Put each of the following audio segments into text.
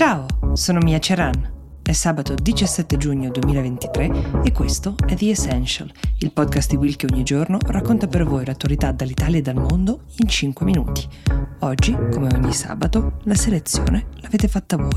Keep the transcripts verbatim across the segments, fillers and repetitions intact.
Ciao, sono Mia Ceran. È sabato diciassette giugno duemilaventitré e questo è The Essential, il podcast di Will che ogni giorno racconta per voi l'attualità dall'Italia e dal mondo in cinque minuti. Oggi, come ogni sabato, la selezione l'avete fatta voi.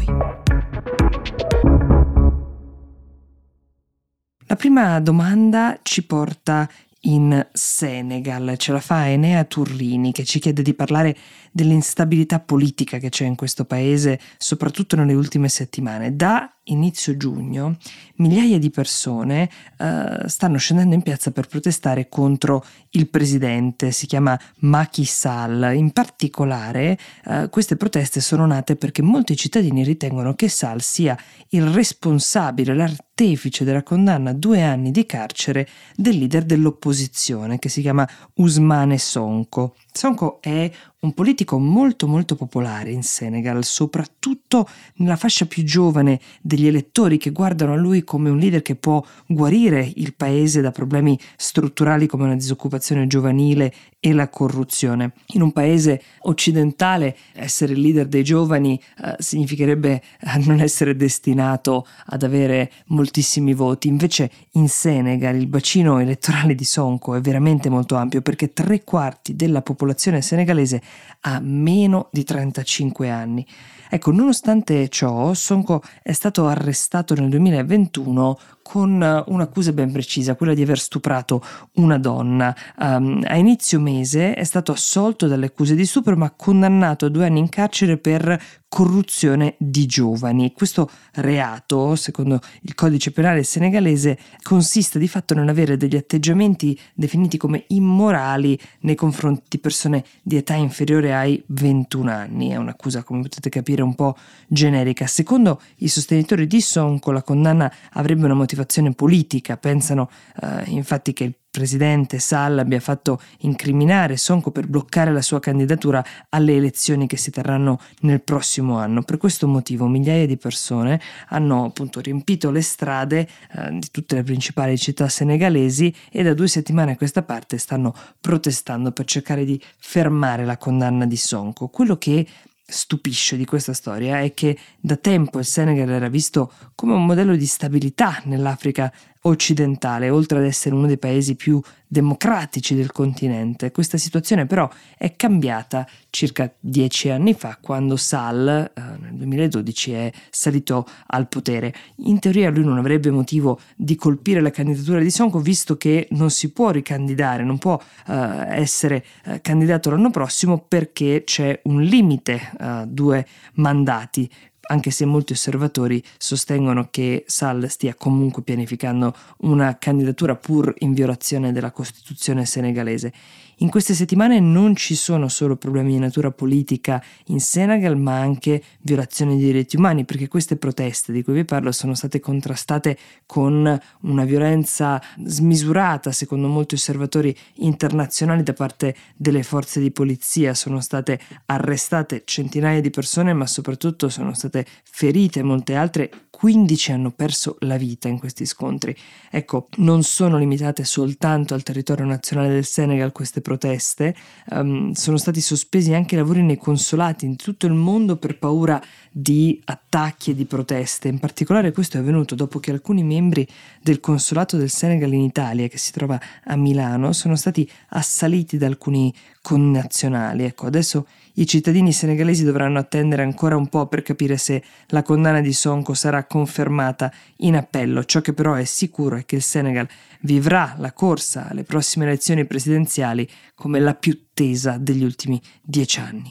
La prima domanda ci porta in Senegal. Ce la fa Enea Turrini, che ci chiede di parlare dell'instabilità politica che c'è in questo paese, soprattutto nelle ultime settimane. Da inizio giugno migliaia di persone uh, stanno scendendo in piazza per protestare contro il presidente, si chiama Macky Sall. In particolare uh, queste proteste sono nate perché molti cittadini ritengono che Sall sia il responsabile, l'artefice della condanna a due anni di carcere del leader dell'opposizione, che si chiama Ousmane Sonko. Sonko è un politico molto molto popolare in Senegal, soprattutto nella fascia più giovane degli elettori, che guardano a lui come un leader che può guarire il paese da problemi strutturali come la disoccupazione giovanile e la corruzione. In un paese occidentale essere il leader dei giovani eh, significherebbe eh, non essere destinato ad avere moltissimi voti. Invece in Senegal il bacino elettorale di Sonko è veramente molto ampio, perché tre quarti della popolazione senegalese ha meno di trentacinque anni. Ecco, nonostante ciò, Sonko è stato arrestato nel duemilaventuno con un'accusa ben precisa, quella di aver stuprato una donna. Um, a inizio mese è stato assolto dalle accuse di stupro, ma condannato a due anni in carcere per corruzione di giovani. Questo reato, secondo il codice penale senegalese, consiste di fatto nell'avere degli atteggiamenti definiti come immorali nei confronti di persone di età inferiore ai ventuno anni. È un'accusa, come potete capire, un po' generica. Secondo i sostenitori di Sonko, la condanna avrebbe una motivazione politica. Pensano eh, infatti che il presidente Sall abbia fatto incriminare Sonko per bloccare la sua candidatura alle elezioni che si terranno nel prossimo anno. Per questo motivo migliaia di persone hanno appunto riempito le strade eh, di tutte le principali città senegalesi e da due settimane a questa parte stanno protestando per cercare di fermare la condanna di Sonko. Quello che stupisce di questa storia è che da tempo il Senegal era visto come un modello di stabilità nell'Africa occidentale, oltre ad essere uno dei paesi più democratici del continente. Questa situazione però è cambiata circa dieci anni fa, quando Sall eh, nel duemiladodici è salito al potere. In teoria lui non avrebbe motivo di colpire la candidatura di Sonko, visto che non si può ricandidare, non può eh, essere eh, candidato l'anno prossimo, perché c'è un limite a due mandati, anche se molti osservatori sostengono che Sall stia comunque pianificando una candidatura pur in violazione della Costituzione senegalese. In queste settimane non ci sono solo problemi di natura politica in Senegal, ma anche violazioni di diritti umani, perché queste proteste di cui vi parlo sono state contrastate con una violenza smisurata, secondo molti osservatori internazionali, da parte delle forze di polizia. Sono state arrestate centinaia di persone, ma soprattutto sono state ferite molte altre. quindici hanno perso la vita in questi scontri. Ecco, non sono limitate soltanto al territorio nazionale del Senegal queste proteste, um, sono stati sospesi anche i lavori nei consolati in tutto il mondo per paura di attacchi e di proteste. In particolare questo è avvenuto dopo che alcuni membri del consolato del Senegal in Italia, che si trova a Milano, sono stati assaliti da alcuni connazionali. Ecco, adesso i cittadini senegalesi dovranno attendere ancora un po' per capire se la condanna di Sonko sarà confermata in appello. Ciò che però è sicuro è che il Senegal vivrà la corsa alle prossime elezioni presidenziali come la più tesa degli ultimi dieci anni.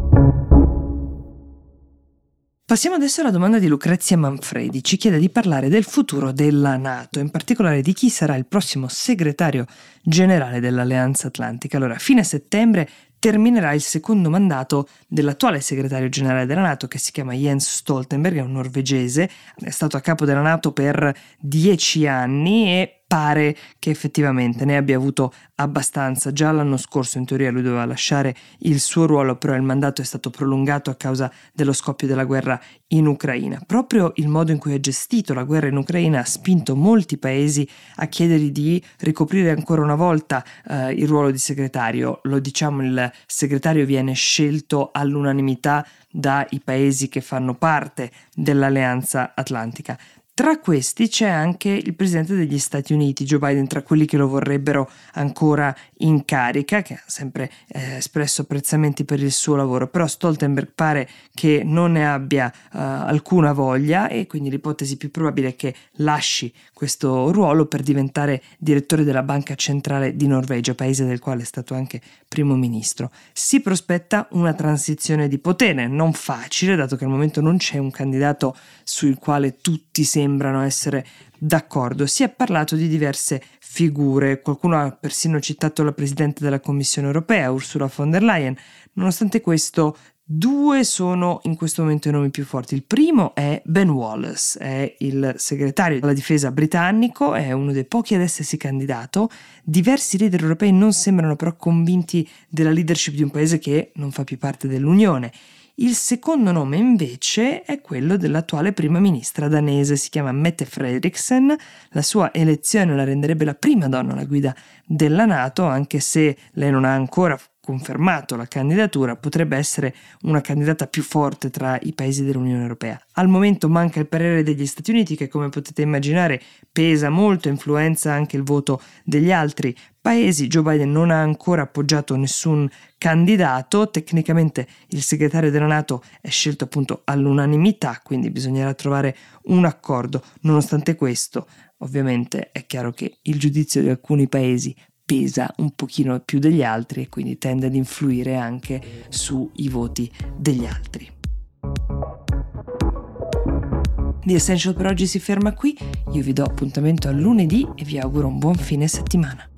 Passiamo adesso alla domanda di Lucrezia Manfredi. Ci chiede di parlare del futuro della NATO, in particolare di chi sarà il prossimo segretario generale dell'Alleanza Atlantica. Allora, a fine settembre terminerà il secondo mandato dell'attuale segretario generale della NATO, che si chiama Jens Stoltenberg, è un norvegese, è stato a capo della NATO per dieci anni e pare che effettivamente ne abbia avuto abbastanza. Già l'anno scorso in teoria lui doveva lasciare il suo ruolo, però il mandato è stato prolungato a causa dello scoppio della guerra in Ucraina. Proprio il modo in cui ha gestito la guerra in Ucraina ha spinto molti paesi a chiedergli di ricoprire ancora una volta eh, il ruolo di segretario. Lo diciamo, il segretario viene scelto all'unanimità dai paesi che fanno parte dell'Alleanza Atlantica. Tra questi c'è anche il presidente degli Stati Uniti, Joe Biden, tra quelli che lo vorrebbero ancora in carica, che ha sempre eh, espresso apprezzamenti per il suo lavoro, però Stoltenberg pare che non ne abbia uh, alcuna voglia e quindi l'ipotesi più probabile è che lasci questo ruolo per diventare direttore della Banca Centrale di Norvegia, paese del quale è stato anche primo ministro. Si prospetta una transizione di potere, non facile, dato che al momento non c'è un candidato sul quale tutti sembrano essere d'accordo. Si è parlato di diverse figure, qualcuno ha persino citato la Presidente della Commissione Europea, Ursula von der Leyen. Nonostante questo, due sono in questo momento i nomi più forti. Il primo è Ben Wallace, è il segretario della difesa britannico, è uno dei pochi ad essersi candidato. Diversi leader europei non sembrano però convinti della leadership di un paese che non fa più parte dell'Unione. Il secondo nome invece è quello dell'attuale prima ministra danese, si chiama Mette Frederiksen. La sua elezione la renderebbe la prima donna alla guida della NATO, anche se lei non ha ancora confermato la candidatura, potrebbe essere una candidata più forte tra i paesi dell'Unione Europea. Al momento manca il parere degli Stati Uniti, che come potete immaginare pesa molto, influenza anche il voto degli altri paesi. Joe Biden non ha ancora appoggiato nessun candidato, tecnicamente il segretario della NATO è scelto appunto all'unanimità, quindi bisognerà trovare un accordo. Nonostante questo, ovviamente è chiaro che il giudizio di alcuni paesi pesa un pochino più degli altri e quindi tende ad influire anche sui voti degli altri. The Essential per oggi si ferma qui, io vi do appuntamento a lunedì e vi auguro un buon fine settimana.